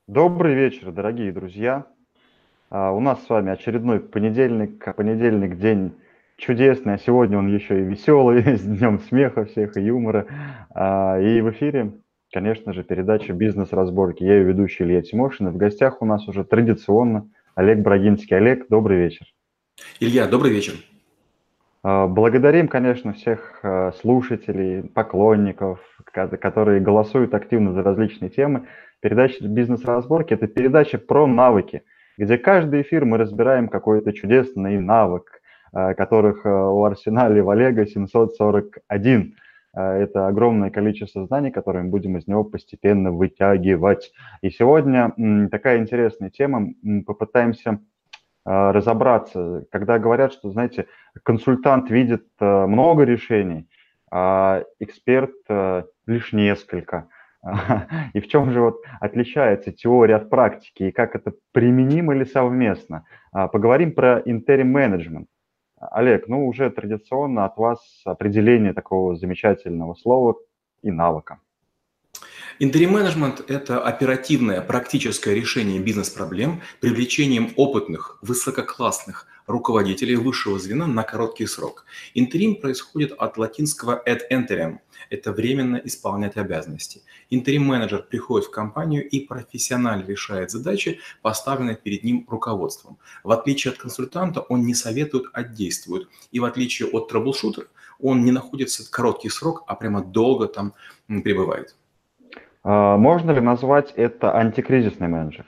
Добрый вечер, дорогие друзья. У нас с вами очередной понедельник. Понедельник день чудесный, а сегодня он еще и веселый, с днем смеха всех и юмора. И в эфире, конечно же, передача «Бизнес-разборки». Я ее ведущий Илья Тимошин. И в гостях у нас уже традиционно Олег Брагинский. Олег, добрый вечер. Илья, добрый вечер. Благодарим, конечно, всех слушателей, поклонников, которые голосуют активно за различные темы. Передача «Бизнес-разборки» – это передача про навыки, где каждый эфир мы разбираем какой-то чудесный навык, которых у Арсенала и в Олега 741. Это огромное количество знаний, которые мы будем из него постепенно вытягивать. И сегодня такая интересная тема. Попытаемся разобраться, когда говорят, что, знаете, консультант видит много решений, а эксперт лишь несколько. И в чем же вот отличается теория от практики и как это применимо или совместно? Поговорим про interim management. Олег, ну уже традиционно от вас определение такого замечательного слова и навыка. Интерим-менеджмент – это оперативное, практическое решение бизнес-проблем привлечением опытных, высококлассных руководителей высшего звена на короткий срок. Интерим происходит от латинского ad interim – это временно исполнять обязанности. Интерим-менеджер приходит в компанию и профессионально решает задачи, поставленные перед ним руководством. В отличие от консультанта, он не советует, а действует. И в отличие от трэблшутера, он не находится короткий срок, а прямо долго там пребывает. Можно ли назвать это антикризисный менеджер?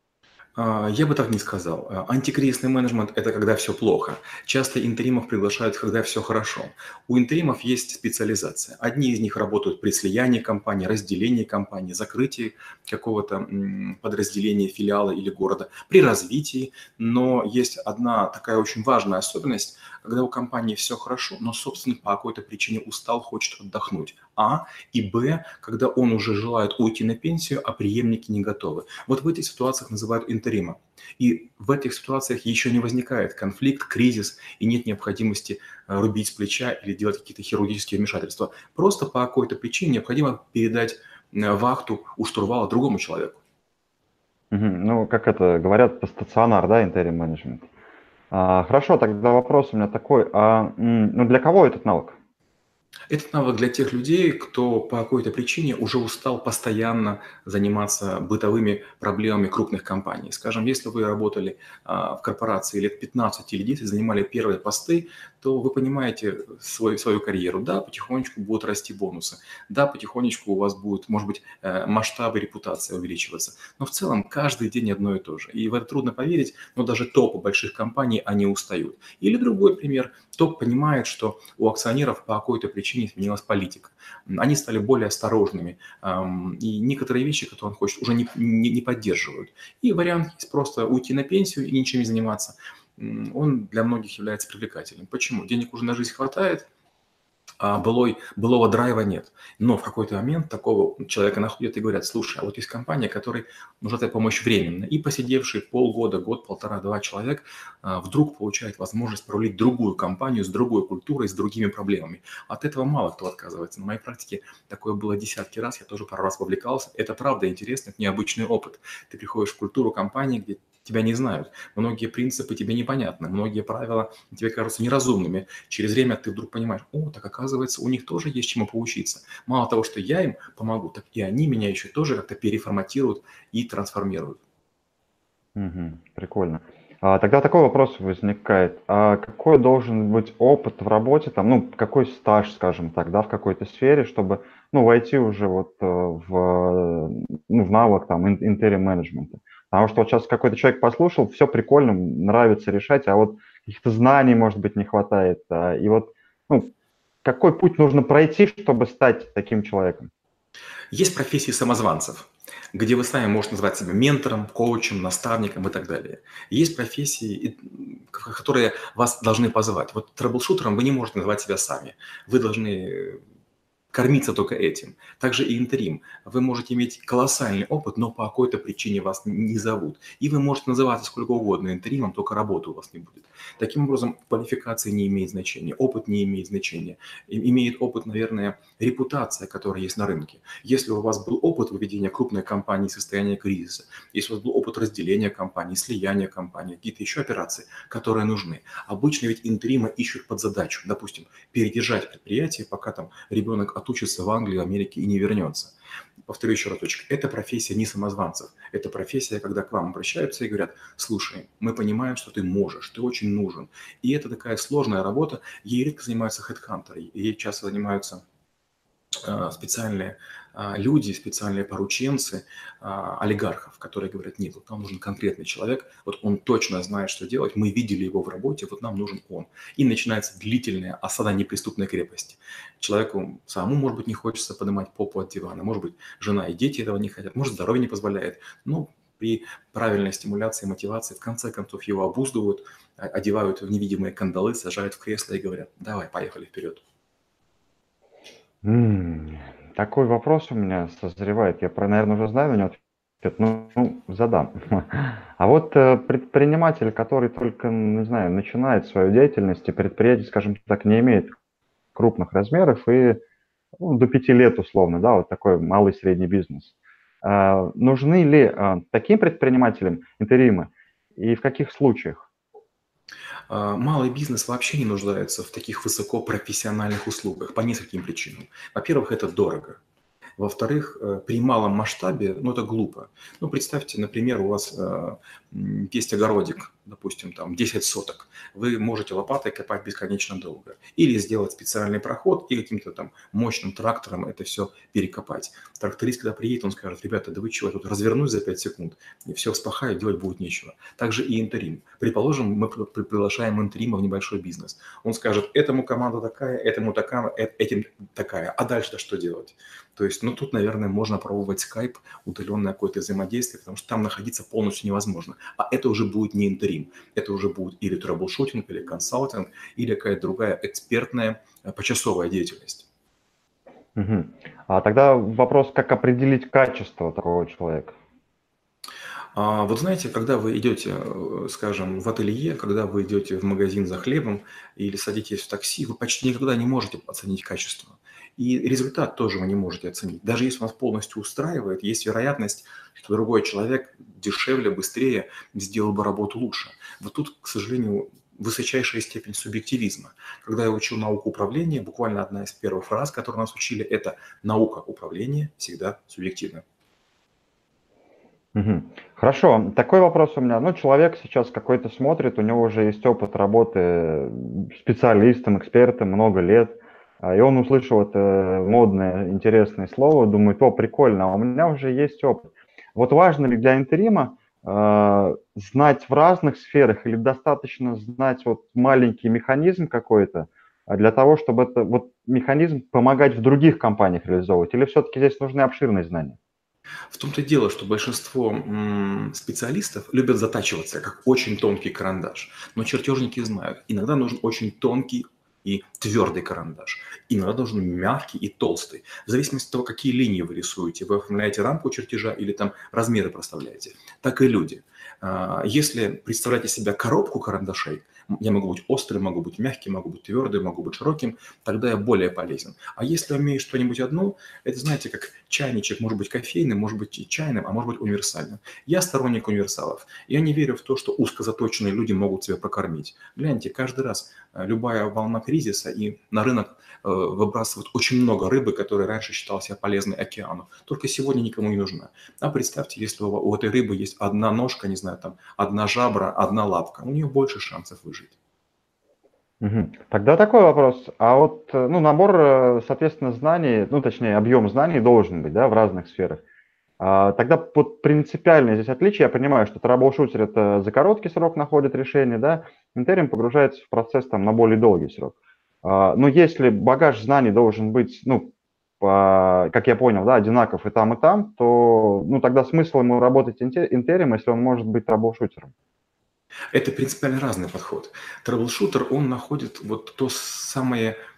Я бы так не сказал. Антикризисный менеджмент – это когда все плохо. Часто интеримов приглашают, когда все хорошо. У интеримов есть специализация. Одни из них работают при слиянии компании, разделении компании, закрытии какого-то подразделения, филиала или города, при развитии. Но есть одна такая очень важная особенность, когда у компании все хорошо, но собственник по какой-то причине устал, хочет отдохнуть. И Б, когда он уже желает уйти на пенсию, а преемники не готовы. Вот в этих ситуациях называют интерима. И в этих ситуациях еще не возникает конфликт, кризис, и нет необходимости рубить с плеча или делать какие-то хирургические вмешательства. Просто по какой-то причине необходимо передать вахту у штурвала другому человеку. Мгм. Ну, как это говорят, по стационар, да, interim менеджмент. Хорошо, тогда вопрос у меня такой, ну для кого этот навык? Этот навык для тех людей, кто по какой-то причине уже устал постоянно заниматься бытовыми проблемами крупных компаний. Скажем, если вы работали в корпорации лет 15 или 10, занимали первые посты, то вы понимаете свою карьеру. Да, потихонечку будут расти бонусы. Да, потихонечку у вас будут, может быть, масштабы, репутация увеличиваться. Но в целом каждый день одно и то же. И в это трудно поверить, но даже топы больших компаний, они устают. Или другой пример. Топ понимает, что у акционеров по какой-то причине изменилась политика. Они стали более осторожными. И некоторые вещи, которые он хочет, уже не поддерживают. И вариант есть просто уйти на пенсию и ничем не заниматься. Он для многих является привлекательным. Почему? Денег уже на жизнь хватает, а былого драйва нет. Но в какой-то момент такого человека находят и говорят: слушай, а вот есть компания, которой нужна твоя помощь временно. И посидевший полгода, год, полтора, два человек вдруг получает возможность прорулить другую компанию с другой культурой, с другими проблемами. От этого мало кто отказывается. На моей практике такое было десятки раз, я тоже пару раз вовлекался. Это правда интересно, это необычный опыт. Ты приходишь в культуру компании, где тебя не знают. Многие принципы тебе непонятны, многие правила тебе кажутся неразумными. Через время ты вдруг понимаешь: о, так оказывается, у них тоже есть чему поучиться. Мало того, что я им помогу, так и они меня еще тоже как-то переформатируют и трансформируют. Мгм. Прикольно. Тогда такой вопрос возникает. А какой должен быть опыт в работе, там, ну, какой стаж, скажем так, да, в какой-то сфере, чтобы, ну, войти уже вот ну, в навык там интерим менеджмента? Потому что вот сейчас какой-то человек послушал, все прикольно, нравится решать, а вот каких-то знаний, может быть, не хватает. И вот, ну, какой путь нужно пройти, чтобы стать таким человеком? Есть профессии самозванцев, где вы сами можете назвать себя ментором, коучем, наставником и так далее. Есть профессии, которые вас должны позвать. Вот трэблшутером вы не можете называть себя сами. Вы должны кормиться только этим. Также и интерим. Вы можете иметь колоссальный опыт, но по какой-то причине вас не зовут. И вы можете называться сколько угодно интеримом, только работы у вас не будет. Таким образом, квалификация не имеет значения, опыт не имеет значения. Имеет опыт, наверное, репутация, которая есть на рынке. Если у вас был опыт выведения крупной компании из состояния кризиса, если у вас был опыт разделения компании, слияния компании, какие-то еще операции, которые нужны. Обычно ведь интерима ищут под задачу, допустим, передержать предприятие, пока там ребенок отучится в Англии, в Америке и не вернется. Повторю еще разочек, это профессия не самозванцев, это профессия, когда к вам обращаются и говорят: слушай, мы понимаем, что ты можешь, ты очень нужен. И это такая сложная работа, ей редко занимаются хедхантеры, ей часто занимаются специальные люди, специальные порученцы олигархов, которые говорят: нет, вот нам нужен конкретный человек, вот он точно знает, что делать, мы видели его в работе, вот нам нужен он. И начинается длительная осада неприступной крепости. Человеку самому, может быть, не хочется поднимать попу от дивана, может быть, жена и дети этого не хотят, может, здоровье не позволяет, но при правильной стимуляции, мотивации, в конце концов, его обуздывают, одевают в невидимые кандалы, сажают в кресло и говорят: давай, поехали вперед. М, Такой вопрос у меня созревает. Я, наверное, уже знаю на него ответ, ну, задам. А вот предприниматель, который только, не знаю, начинает свою деятельность, и предприятие, скажем так, не имеет крупных размеров, и до 5 лет условно, да, вот такой малый средний бизнес. Нужны ли таким предпринимателям интеримы, и в каких случаях? Малый бизнес вообще не нуждается в таких высокопрофессиональных услугах по нескольким причинам. Во-первых, это дорого. Во-вторых, при малом масштабе, ну, это глупо. Ну, представьте, например, у вас есть огородик, допустим, там 10 соток. Вы можете лопатой копать бесконечно долго. Или сделать специальный проход и каким-то там мощным трактором это все перекопать. Тракторист, когда приедет, он скажет: ребята, да вы чего, я тут развернусь за 5 секунд, и все вспахаю, делать будет нечего. Также и интерим. Предположим, мы приглашаем интерима в небольшой бизнес. Он скажет: этому команда такая, этому такая, этим такая. А дальше-то что делать? То есть, ну, тут, наверное, можно пробовать скайп, удаленное какое-то взаимодействие, потому что там находиться полностью невозможно. А это уже будет не интерим. Это уже будет или трэблшутинг, или консалтинг, или какая-то другая экспертная почасовая деятельность. Мгм. А тогда вопрос, как определить качество такого человека? Вот знаете, когда вы идете, скажем, в ателье, когда вы идете в магазин за хлебом или садитесь в такси, вы почти никогда не можете оценить качество. И результат тоже вы не можете оценить. Даже если вас полностью устраивает, есть вероятность, что другой человек дешевле, быстрее сделал бы работу лучше. Вот тут, к сожалению, высочайшая степень субъективизма. Когда я учил науку управления, буквально одна из первых фраз, которую нас учили, это: наука управления всегда субъективна. Мгм. Хорошо, такой вопрос у меня. Ну, человек сейчас какой-то смотрит, у него уже есть опыт работы специалистом, экспертом много лет, и он услышал это модное, интересное слово, думает: о, прикольно, а у меня уже есть опыт. Вот важно ли для интерима знать в разных сферах или достаточно знать вот маленький механизм какой-то для того, чтобы это вот механизм помогать в других компаниях реализовывать? Или все-таки здесь нужны обширные знания? В том-то и дело, что большинство специалистов любят затачиваться, как очень тонкий карандаш. Но чертежники знают, иногда нужен очень тонкий и твердый карандаш. Иногда нужен мягкий и толстый. В зависимости от того, какие линии вы рисуете. Вы оформляете рамку чертежа или там размеры проставляете. Так и люди. Если представляете себя коробку карандашей, я могу быть острым, могу быть мягким, могу быть твердым, могу быть широким, тогда я более полезен. А если умею что-нибудь одно, это, знаете, как чайничек может быть кофейным, может быть и чайным, а может быть универсальным. Я сторонник универсалов. Я не верю в то, что узкозаточенные люди могут себя прокормить. Гляньте, каждый раз любая волна кризиса, и на рынок выбрасывают очень много рыбы, которая раньше считала себя полезной океану. Только сегодня никому не нужна. А представьте, если у этой рыбы есть одна ножка, не знаю, там, одна жабра, одна лапка, у нее больше шансов выжить. Мгм. Тогда такой вопрос. А вот, ну, набор, соответственно, знаний, ну, точнее, объем знаний должен быть, да, в разных сферах. Тогда вот принципиальное здесь отличие, я понимаю, что трэбл-шутер это за короткий срок находит решение, да, Интерим погружается в процесс там на более долгий срок. Но если багаж знаний должен быть, ну, как я понял, да, одинаков и там, то, ну, тогда смысл ему работать Интерим, если он может быть трэбл-шутером. Это принципиально разный подход. Трэблшутер, он находит вот то самое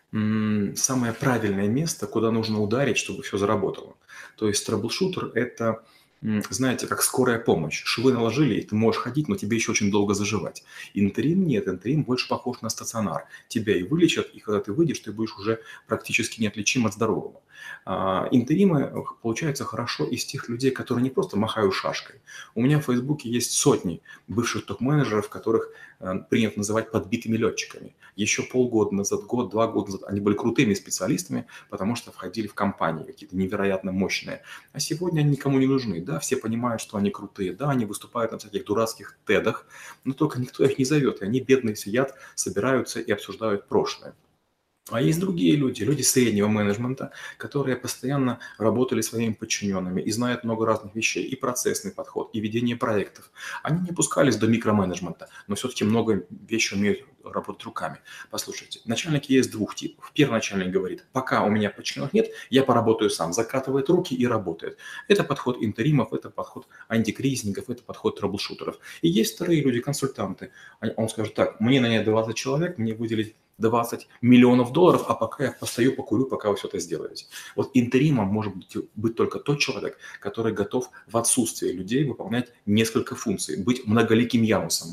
самое правильное место, куда нужно ударить, чтобы все заработало. То есть трэблшутер – это, знаете, как скорая помощь. Швы наложили, и ты можешь ходить, но тебе еще очень долго заживать. Интерим нет, интерим больше похож на стационар. Тебя и вылечат, и когда ты выйдешь, ты будешь уже практически неотличим от здорового. Интеримы получаются хорошо из тех людей, которые не просто махают шашкой. У меня в Фейсбуке есть сотни бывших топ-менеджеров, которых принято называть подбитыми летчиками. Еще полгода назад, год, 2 года назад они были крутыми специалистами, потому что входили в компании какие-то невероятно мощные. А сегодня они никому не нужны. Да, все понимают, что они крутые. Да, они выступают на всяких дурацких тедах, но только никто их не зовет. И они, бедные, сидят, собираются и обсуждают прошлое. А есть другие люди, люди среднего менеджмента, которые постоянно работали своими подчиненными и знают много разных вещей, и процессный подход, и ведение проектов. Они не опускались до микроменеджмента, но все-таки много вещей умеют работать руками. Послушайте, начальники есть двух типов. Первый начальник говорит: пока у меня подчиненных нет, я поработаю сам, закатывает руки и работает. Это подход интеримов, это подход антикризисников, это подход трэблшутеров. И есть вторые люди, консультанты. Он скажет: так, мне нанять 20 человек, мне выделить 20 миллионов долларов, а пока я постою, покурю, пока вы все это сделаете. Вот интеримом может быть только тот человек, который готов в отсутствие людей выполнять несколько функций, быть многоликим Янусом.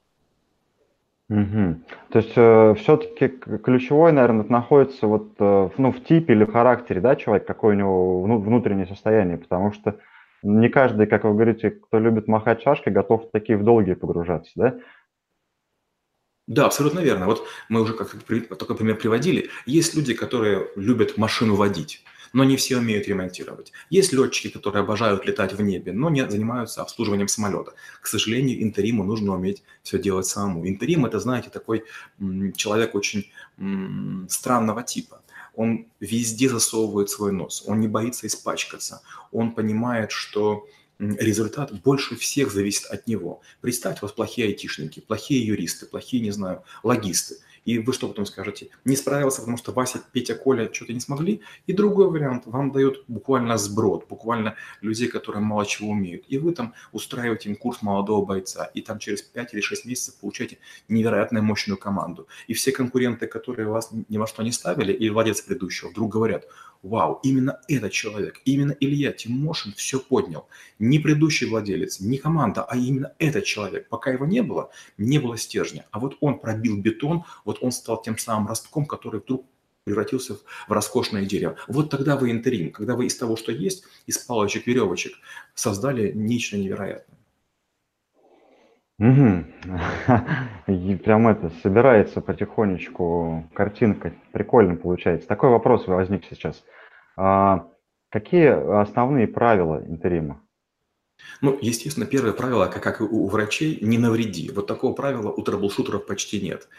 Мгм. То есть все-таки ключевой, наверное, находится вот ну, в типе или в характере, да, человека, какое у него внутреннее состояние, потому что не каждый, как вы говорите, кто любит махать шашкой, готов такие в долгие погружаться, да? Да, абсолютно верно. Вот мы уже как только пример приводили. Есть люди, которые любят машину водить, но не все умеют ремонтировать. Есть летчики, которые обожают летать в небе, но не занимаются обслуживанием самолета. К сожалению, интериму нужно уметь все делать самому. Интерим – это, знаете, такой человек очень странного типа. Он везде засовывает свой нос, он не боится испачкаться, он понимает, что результат больше всех зависит от него. Представьте, у вас плохие айтишники, плохие юристы, плохие, не знаю, логисты. И вы что потом скажете? Не справился, потому что Вася, Петя, Коля что-то не смогли. И другой вариант. Вам дают буквально сброд, буквально людей, которые мало чего умеют. И вы там устраиваете им курс молодого бойца. И там через 5 или 6 месяцев получаете невероятно мощную команду. И все конкуренты, которые вас ни во что не ставили, и владелец предыдущего, вдруг говорят: вау, именно этот человек, именно Илья Тимошин все поднял. Не предыдущий владелец, не команда, а именно этот человек. Пока его не было стержня. А вот он пробил бетон, вот он стал тем самым ростком, который вдруг превратился в роскошное дерево. Вот тогда вы интерим, когда вы из того, что есть, из палочек, веревочек, создали нечто невероятное. Мгм. И прям это собирается потихонечку картинка. Прикольно получается. Такой вопрос возник сейчас. А, Какие основные правила интерима? Ну, естественно, первое правило, как и у врачей, не навреди. Вот такого правила у трэблшутеров почти нет.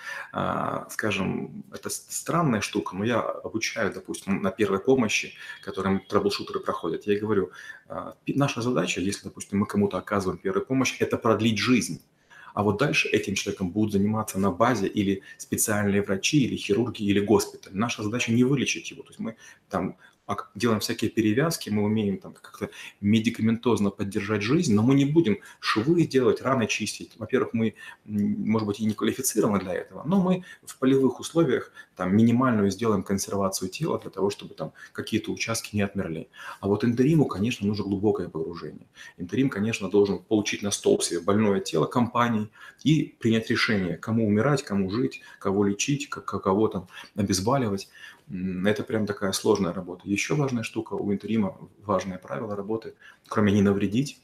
Скажем, это странная штука, но я обучаю, допустим, на первой помощи, которым трэблшутеры проходят. Я говорю: наша задача, если, допустим, мы кому-то оказываем первую помощь, это продлить жизнь. А вот дальше этим человеком будут заниматься на базе или специальные врачи, или хирурги, или госпиталь. Наша задача не вылечить его. То есть мы там делаем всякие перевязки, мы умеем там как-то медикаментозно поддержать жизнь, но мы не будем швы делать, раны чистить. Во-первых, мы, может быть, и не квалифицированы для этого, но мы в полевых условиях там минимальную сделаем консервацию тела для того, чтобы там какие-то участки не отмерли. А вот интериму, конечно, нужно глубокое погружение. Интерим, конечно, должен получить на стол себе больное тело компании и принять решение, кому умирать, кому жить, кого лечить, кого там обезболивать. Это прям такая сложная работа. Еще важная штука у интерима, важное правило работы, кроме не навредить,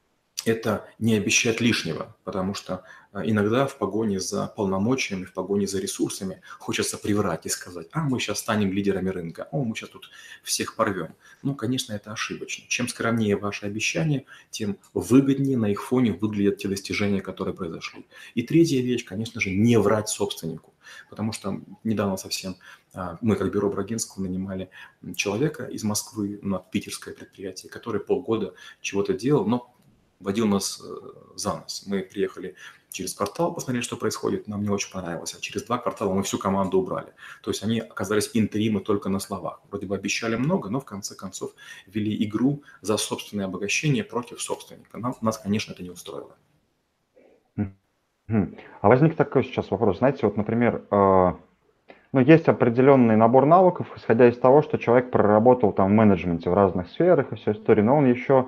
это не обещать лишнего, потому что иногда в погоне за полномочиями, в погоне за ресурсами хочется приврать и сказать: а мы сейчас станем лидерами рынка, о, мы сейчас тут всех порвем. Ну, конечно, это ошибочно. Чем скромнее ваши обещания, тем выгоднее на их фоне выглядят те достижения, которые произошли. И третья вещь, конечно же, не врать собственнику. Потому что недавно совсем мы, как бюро Брагинского, нанимали человека из Москвы на питерское предприятие, который полгода чего-то делал, но водил нас за нос. Мы приехали через квартал, посмотрели, что происходит, нам не очень понравилось. А через 2 квартала мы всю команду убрали. То есть они оказались интеримы только на словах. Вроде бы обещали много, но в конце концов вели игру за собственное обогащение против собственника. Нас, конечно, это не устроило. Мгм. А возник такой сейчас вопрос. Знаете, вот, например, но есть определенный набор навыков, исходя из того, что человек проработал там в менеджменте в разных сферах и все истории, но он еще,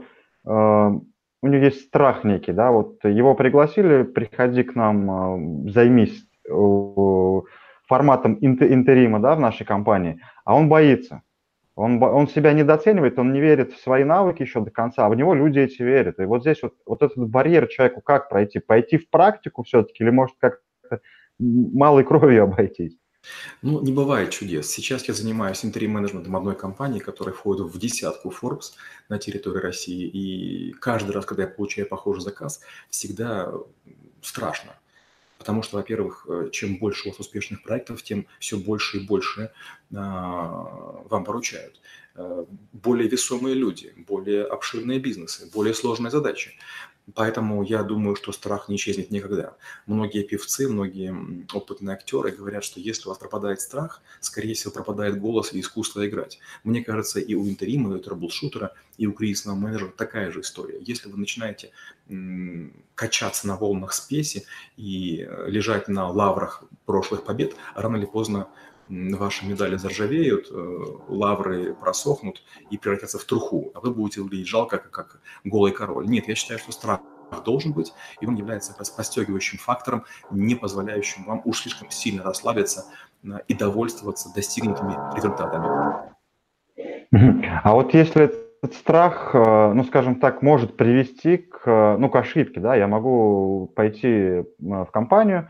у него есть страх некий, да, вот его пригласили, приходи к нам, займись форматом интерима, да, в нашей компании, а он боится. Он себя недооценивает, он не верит в свои навыки еще до конца, а в него люди эти верят. И вот здесь вот этот барьер человеку как пройти? Пойти в практику все-таки или может как-то малой кровью обойтись? Ну, не бывает чудес. Сейчас я занимаюсь интерим-менеджментом одной компании, которая входит в десятку Forbes на территории России. И каждый раз, когда я получаю похожий заказ, всегда страшно. Потому что, во-первых, чем больше у вас успешных проектов, тем все больше и больше вам поручают. Более весомые люди, более обширные бизнесы, более сложные задачи. Поэтому я думаю, что страх не исчезнет никогда. Многие певцы, многие опытные актеры говорят, что если у вас пропадает страх, скорее всего, пропадает голос и искусство играть. Мне кажется, и у интерима, и у трэблшутера, и у кризисного менеджера такая же история. Если вы начинаете качаться на волнах спеси и лежать на лаврах прошлых побед, рано или поздно ваши медали заржавеют, лавры просохнут и превратятся в труху, а вы будете выглядеть жалко, как голый король. Нет, я считаю, что страх должен быть, и он является как раз подстегивающим фактором, не позволяющим вам уж слишком сильно расслабиться и довольствоваться достигнутыми результатами. А вот если этот страх, ну, скажем так, может привести к ошибке, да, я могу пойти в компанию,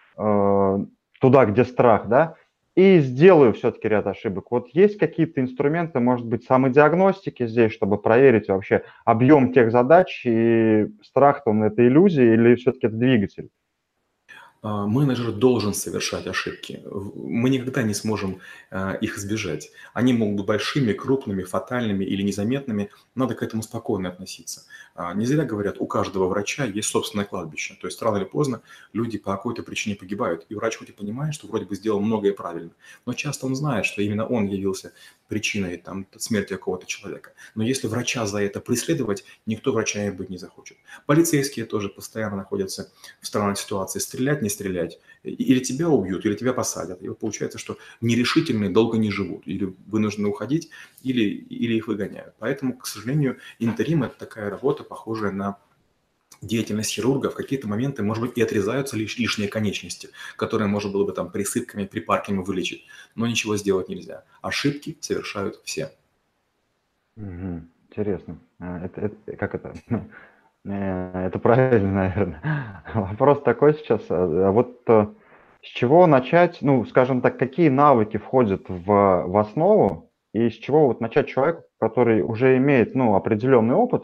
туда, где страх, да, и сделаю все-таки ряд ошибок. Вот есть какие-то инструменты, может быть, самодиагностики здесь, чтобы проверить вообще объем тех задач, и страх-то он это иллюзия или все-таки это двигатель? Менеджер должен совершать ошибки. Мы никогда не сможем их избежать. Они могут быть большими, крупными, фатальными или незаметными. Надо к этому спокойно относиться. Не зря говорят, у каждого врача есть собственное кладбище. То есть рано или поздно люди по какой-то причине погибают. И врач хоть и понимает, что вроде бы сделал многое правильно, но часто он знает, что именно он явился причиной смерти какого-то человека. Но если врача за это преследовать, никто врачами быть не захочет. Полицейские тоже постоянно находятся в странной ситуации. Стрелять, не стрелять. Или тебя убьют, или тебя посадят. И вот получается, что нерешительные долго не живут. Или вынуждены уходить, или их выгоняют. Поэтому, к сожалению, интерим – это такая работа, похожая на деятельность хирурга. В какие-то моменты, может быть, и отрезаются лишние конечности, которые можно было бы там присыпками, припарками вылечить. Но ничего сделать нельзя. Ошибки совершают все. Мгм. Интересно. Как это? Это правильно, наверное. Вопрос такой сейчас. С чего начать, ну, скажем так, какие навыки входят в основу, и с чего вот начать человеку, который уже имеет, ну, определенный опыт,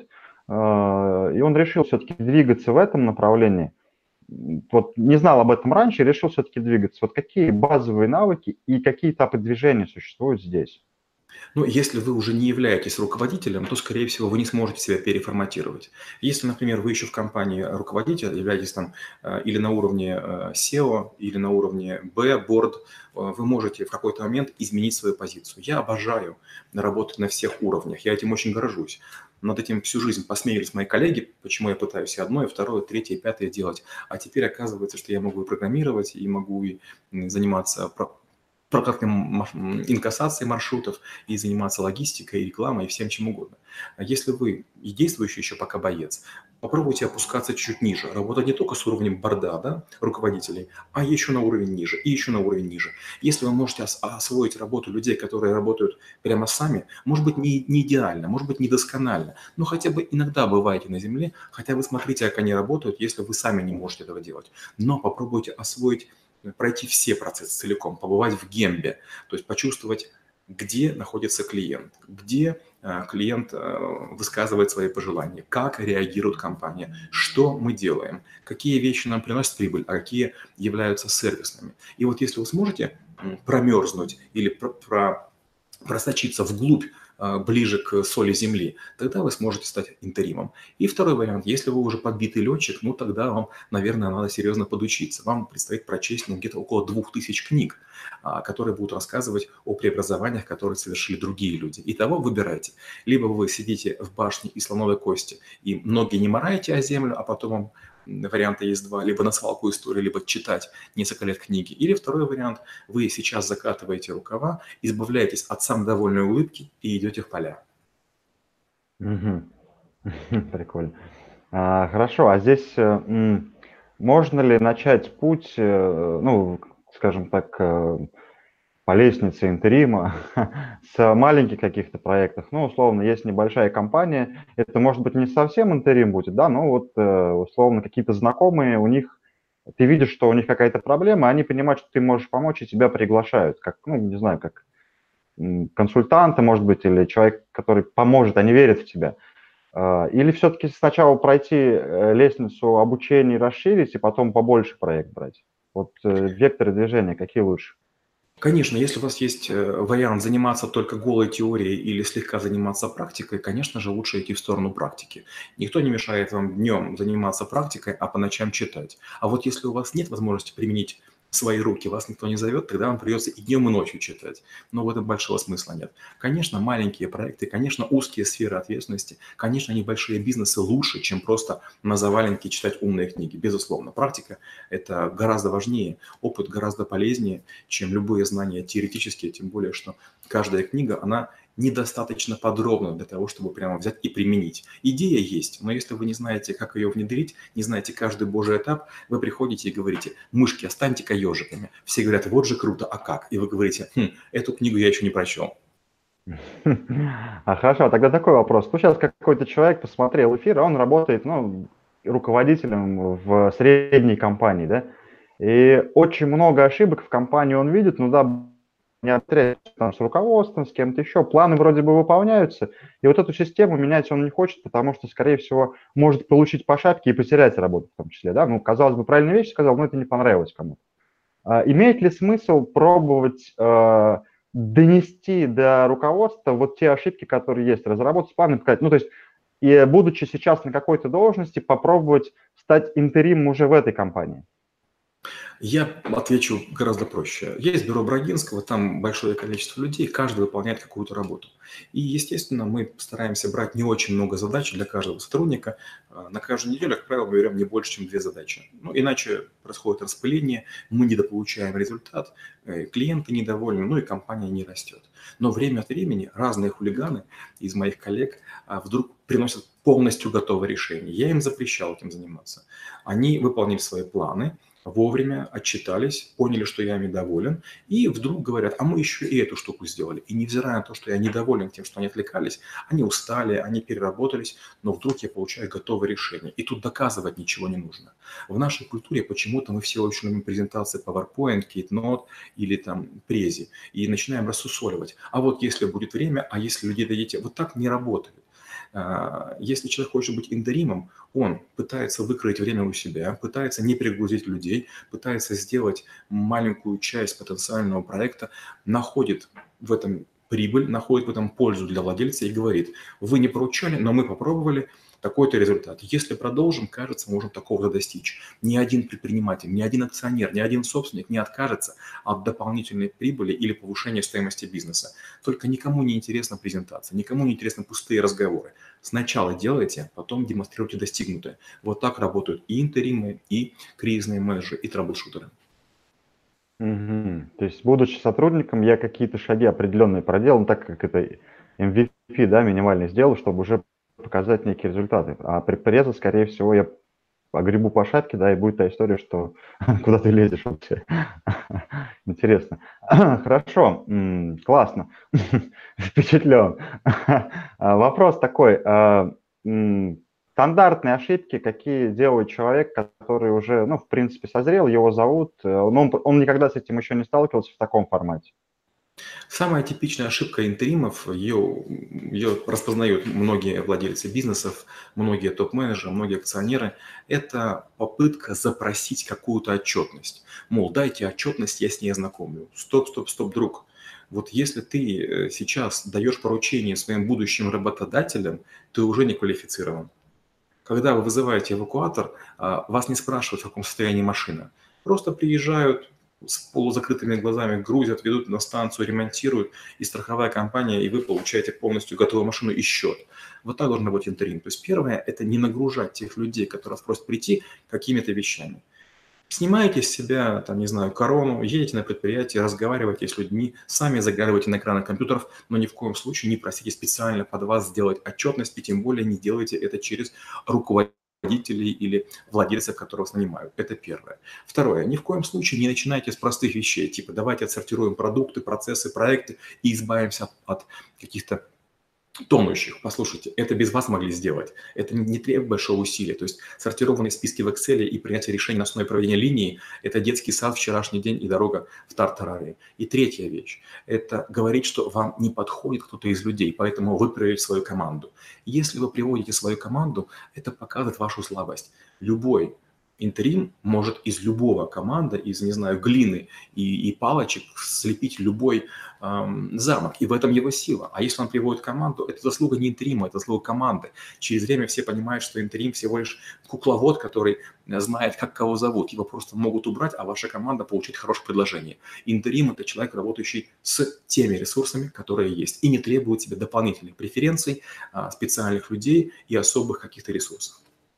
и он решил все-таки двигаться в этом направлении. Вот не знал об этом раньше, решил все-таки двигаться. Вот какие базовые навыки и какие этапы движения существуют здесь? Но если вы уже не являетесь руководителем, то, скорее всего, вы не сможете себя переформатировать. Если, например, вы еще в компании руководитель, являетесь там или на уровне SEO, или на уровне B, board, вы можете в какой-то момент изменить свою позицию. Я обожаю работать на всех уровнях, я этим очень горжусь. Над этим всю жизнь посмеялись мои коллеги, почему я пытаюсь и одно, и второе, и третье, и пятое делать. А теперь оказывается, что я могу и программировать, и могу и заниматься прокатком инкассации маршрутов и заниматься логистикой, рекламой и всем чем угодно. А если вы и действующий еще пока боец, попробуйте опускаться чуть ниже, работать не только с уровнем борда, да, руководителей, а еще на уровень ниже, и еще на уровень ниже. Если вы можете освоить работу людей, которые работают прямо сами, может быть, не идеально, может быть, недосконально, но хотя бы иногда бываете на земле, хотя бы смотрите, как они работают, если вы сами не можете этого делать. Но попробуйте освоить, пройти все процессы целиком, побывать в гембе, то есть почувствовать, где находится клиент, где клиент высказывает свои пожелания, как реагирует компания, что мы делаем, какие вещи нам приносят прибыль, а какие являются сервисными. И вот если вы сможете промерзнуть или просочиться вглубь, ближе к соли земли, тогда вы сможете стать интеримом. И второй вариант, если вы уже подбитый летчик, ну тогда вам, наверное, надо серьезно подучиться. Вам предстоит прочесть где-то около 2000 книг, которые будут рассказывать о преобразованиях, которые совершили другие люди. Итого выбирайте. Либо вы сидите в башне из слоновой кости и ноги не мораете о землю, а потом вам варианта есть два, либо на свалку истории, либо читать несколько лет книги. Или второй вариант, вы сейчас закатываете рукава, избавляетесь от самодовольной улыбки и идете в поля. Мгм. Прикольно. Хорошо, а здесь можно ли начать путь, ну, скажем так, по лестнице интерима с маленьких каких-то проектов? Ну, условно, есть небольшая компания, это может быть не совсем интерим будет, да, но вот условно какие-то знакомые, у них, ты видишь, что у них какая-то проблема, они понимают, что ты можешь помочь, и тебя приглашают, как, ну, не знаю, как консультанта, может быть, или человек, который поможет, они верят в тебя. Или все-таки сначала пройти лестницу обучения и расширить, и потом побольше проект брать? Вот векторы движения какие лучше? Конечно, если у вас есть вариант заниматься только голой теорией или слегка заниматься практикой, конечно же, лучше идти в сторону практики. Никто не мешает вам днем заниматься практикой, а по ночам читать. А вот если у вас нет возможности применить свои руки, вас никто не зовет, тогда вам придется и днем, и ночью читать. Но в этом большого смысла нет. Конечно, маленькие проекты, конечно, узкие сферы ответственности, конечно, небольшие бизнесы лучше, чем просто на заваленке читать умные книги. Безусловно, практика – это гораздо важнее, опыт гораздо полезнее, чем любые знания теоретические, тем более, что каждая книга, она недостаточно подробно для того, чтобы прямо взять и применить. Идея есть, но если вы не знаете, как ее внедрить, не знаете каждый божий этап, вы приходите и говорите: мышки, останьте-ка ежиками. Все говорят: вот же круто, а как? И вы говорите: эту книгу я еще не прочел. Хорошо, тогда такой вопрос. Ну, сейчас какой-то человек посмотрел эфир, а он работает, ну, руководителем в средней компании, да, и очень много ошибок в компании он видит, ну да, не отряд там с руководством, с кем-то еще, планы вроде бы выполняются, и вот эту систему менять он не хочет, потому что, скорее всего, может получить по шапке и потерять работу в том числе, да, ну, казалось бы, правильную вещь сказал, но это не понравилось кому-то. Имеет ли смысл пробовать донести до руководства вот те ошибки, которые есть, разработать план и показать, ну, то есть, и будучи сейчас на какой-то должности, попробовать стать интеримом уже в этой компании? Я отвечу гораздо проще. Есть бюро Брагинского, там большое количество людей, каждый выполняет какую-то работу. И, естественно, мы стараемся брать не очень много задач для каждого сотрудника. На каждую неделю, как правило, мы берем не больше, чем 2 задачи. Ну, иначе происходит распыление, мы недополучаем результат, клиенты недовольны, ну и компания не растет. Но время от времени разные хулиганы из моих коллег вдруг приносят полностью готовое решение. Я им запрещал этим заниматься. Они выполнили свои планы, вовремя отчитались, поняли, что я ими доволен, и вдруг говорят: а мы еще и эту штуку сделали. И невзирая на то, что я недоволен тем, что они отвлекались, они устали, они переработались, но вдруг я получаю готовое решение. И тут доказывать ничего не нужно. В нашей культуре почему-то мы все очень любим презентации PowerPoint, Keynote или там Прези, и начинаем рассусоливать. А вот если будет время, а если людей дадите, вот так не работает. Если человек хочет быть интеримом, он пытается выкроить время у себя, пытается не перегрузить людей, пытается сделать маленькую часть потенциального проекта, находит в этом прибыль, находит в этом пользу для владельца и говорит: вы не поручали, но мы попробовали, такой-то результат. Если продолжим, кажется, можем такого достичь. Ни один предприниматель, ни один акционер, ни один собственник не откажется от дополнительной прибыли или повышения стоимости бизнеса. Только никому не интересна презентация, никому не интересны пустые разговоры. Сначала делайте, потом демонстрируйте достигнутое. Вот так работают и интеримы, и кризисные менеджеры, и траблшутеры. Мгм. То есть, будучи сотрудником, я какие-то шаги определенные проделал, ну, так как это MVP, да, минимальный сделал, чтобы уже показать некие результаты. А при приза, скорее всего, я погребу по шапке, да, и будет та история, что куда ты лезешь вообще. Интересно. Хорошо, классно. Впечатлен. Вопрос такой. Стандартные ошибки, какие делает человек, который уже, ну, в принципе, созрел, его зовут, но он никогда с этим еще не сталкивался в таком формате. Самая типичная ошибка интеримов, ее распознают многие владельцы бизнесов, многие топ-менеджеры, многие акционеры, это попытка запросить какую-то отчетность. Мол, дайте отчетность, я с ней ознакомлю. Стоп, стоп, стоп, друг. Вот если ты сейчас даешь поручение своим будущим работодателям, ты уже не квалифицирован. Когда вы вызываете эвакуатор, вас не спрашивают, в каком состоянии машина. Просто приезжают, с полузакрытыми глазами грузят, ведут на станцию, ремонтируют, и страховая компания, и вы получаете полностью готовую машину и счет. Вот так должен быть интерим. То есть первое – это не нагружать тех людей, которые вас просят прийти, какими-то вещами. Снимаете с себя, там, не знаю, корону, едете на предприятие, разговариваете с людьми, сами заглядываете на экраны компьютеров, но ни в коем случае не просите специально под вас сделать отчетность, и тем более не делайте это через руководителей или владельцев, которые вас нанимают. Это первое. Второе. Ни в коем случае не начинайте с простых вещей, типа давайте отсортируем продукты, процессы, проекты и избавимся от каких-то тонущих. Послушайте, это без вас могли сделать. Это не требует большого усилия. То есть сортированные списки в Excel и принятие решений на основе проведения линии – это детский сад, вчерашний день и дорога в Тартараре. И третья вещь – это говорить, что вам не подходит кто-то из людей, поэтому вы приводите свою команду. Если вы приводите свою команду, это показывает вашу слабость. Любой интерим может из любого команда, из, не знаю, глины и палочек слепить любой замок, и в этом его сила. А если он приводит команду, это заслуга не интерима, это заслуга команды. Через время все понимают, что интерим всего лишь кукловод, который знает, как кого зовут. Его просто могут убрать, а ваша команда получит хорошее предложение. Интерим – это человек, работающий с теми ресурсами, которые есть, и не требует себе дополнительных преференций, специальных людей и особых каких-то ресурсов.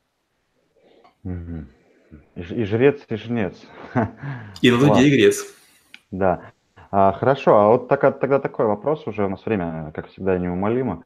И жрец, и жнец. И на суде, и грец. Да. Хорошо, а вот тогда такой вопрос, уже у нас время, как всегда, неумолимо.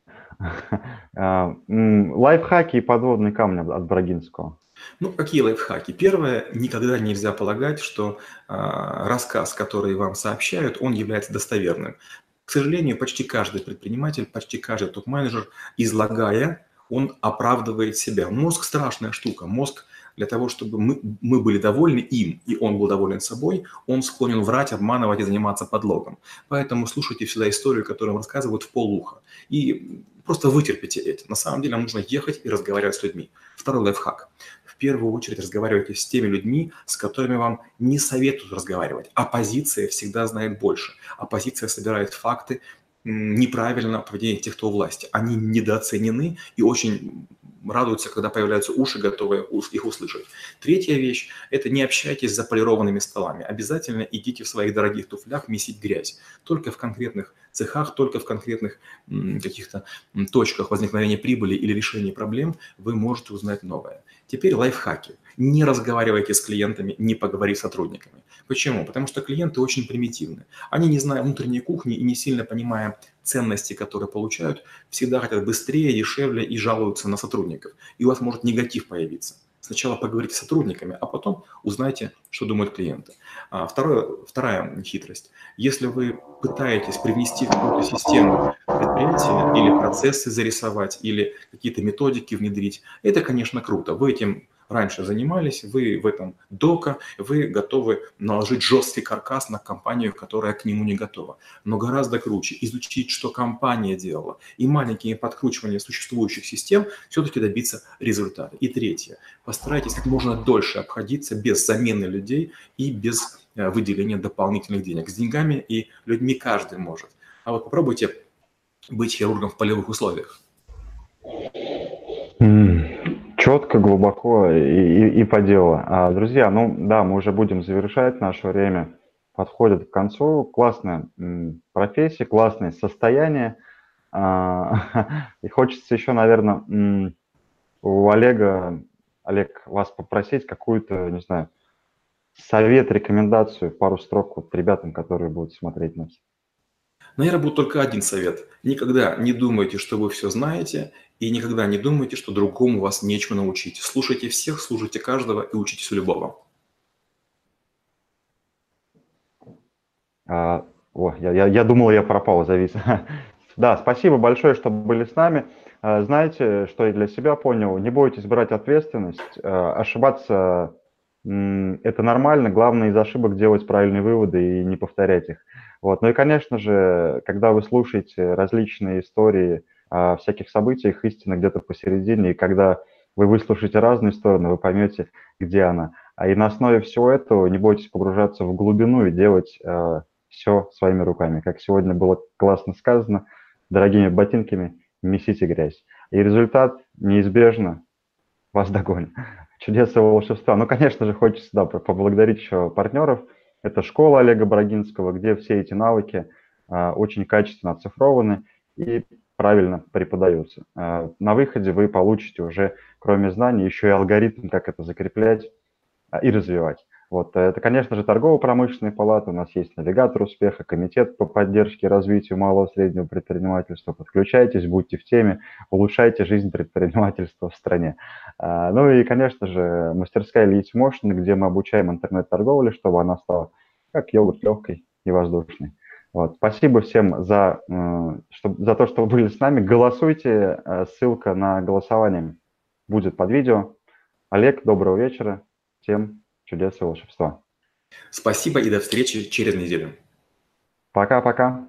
Лайфхаки и подводные камни от Брагинского. Ну, какие лайфхаки? Первое, никогда нельзя полагать, что рассказ, который вам сообщают, он является достоверным. К сожалению, почти каждый предприниматель, почти каждый топ-менеджер, излагая, он оправдывает себя. Мозг – страшная штука. Мозг для того, чтобы мы были довольны им, и он был доволен собой, он склонен врать, обманывать и заниматься подлогом. Поэтому слушайте всегда историю, которую вам рассказывают в полуха. И просто вытерпите это. На самом деле нам нужно ехать и разговаривать с людьми. Второй лайфхак. В первую очередь разговаривайте с теми людьми, с которыми вам не советуют разговаривать. Оппозиция всегда знает больше. Оппозиция собирает факты, неправильно поведение тех, кто у власти. Они недооценены и очень радуются, когда появляются уши, готовые их услышать. Третья вещь – это не общайтесь за полированными столами. Обязательно идите в своих дорогих туфлях месить грязь. Только в конкретных цехах, только в конкретных каких-то точках возникновения прибыли или решения проблем вы можете узнать новое. Теперь лайфхаки. Не разговаривайте с клиентами, не поговорив с сотрудниками. Почему? Потому что клиенты очень примитивны. Они, не зная внутренней кухни и не сильно понимая ценности, которые получают, всегда хотят быстрее, дешевле и жалуются на сотрудников. И у вас может негатив появиться. Сначала поговорите с сотрудниками, а потом узнайте, что думают клиенты. Вторая хитрость. Если вы пытаетесь привнести в какую-то систему предприятия или процессы зарисовать, или какие-то методики внедрить, это, конечно, круто. Вы этим раньше занимались, вы в этом дока, вы готовы наложить жесткий каркас на компанию, которая к нему не готова. Но гораздо круче изучить, что компания делала, и маленькими подкручиваниями существующих систем все-таки добиться результата. И третье. Постарайтесь как можно дольше обходиться без замены людей и без выделения дополнительных денег. С деньгами и людьми каждый может. А вот попробуйте быть хирургом в полевых условиях. Четко, глубоко и по делу. Друзья, ну да, мы уже будем завершать, наше время подходит к концу. Классная профессия, классное состояние. И хочется еще, наверное, у Олега, Олег, вас попросить какую-то, не знаю, совет, рекомендацию, пару строк вот ребятам, которые будут смотреть нас. Наверное, будет только один совет. Никогда не думайте, что вы все знаете, и никогда не думайте, что другому вас нечему научить. Слушайте всех, слушайте каждого и учитесь у любого. Я думал, я пропал, завис. Да, спасибо большое, что были с нами. Знаете, что я для себя понял? Не бойтесь брать ответственность. Ошибаться это нормально. Главное из ошибок делать правильные выводы и не повторять их. Вот. Ну и, конечно же, когда вы слушаете различные истории о всяких событиях, истина где-то посередине, и когда вы выслушаете разные стороны, вы поймете, где она. И на основе всего этого не бойтесь погружаться в глубину и делать все своими руками. Как сегодня было классно сказано, дорогими ботинками месите грязь. И результат неизбежно вас догонит. Чудеса волшебства. Ну, конечно же, хочется поблагодарить еще партнеров. Это школа Олега Брагинского, где все эти навыки очень качественно оцифрованы и правильно преподаются. На выходе вы получите уже, кроме знаний, еще и алгоритм, как это закреплять и развивать. Вот. Это, конечно же, торгово-промышленная палата, у нас есть навигатор успеха, комитет по поддержке и развитию малого и среднего предпринимательства. Подключайтесь, будьте в теме, улучшайте жизнь предпринимательства в стране. Ну и, конечно же, мастерская Lead Motion, где мы обучаем интернет-торговле, чтобы она стала как йогурт, легкой и воздушной. Вот. Спасибо всем за то, что вы были с нами. Голосуйте, ссылка на голосование будет под видео. Олег, доброго вечера. Всем чудес и волшебства. Спасибо и до встречи через неделю. Пока-пока.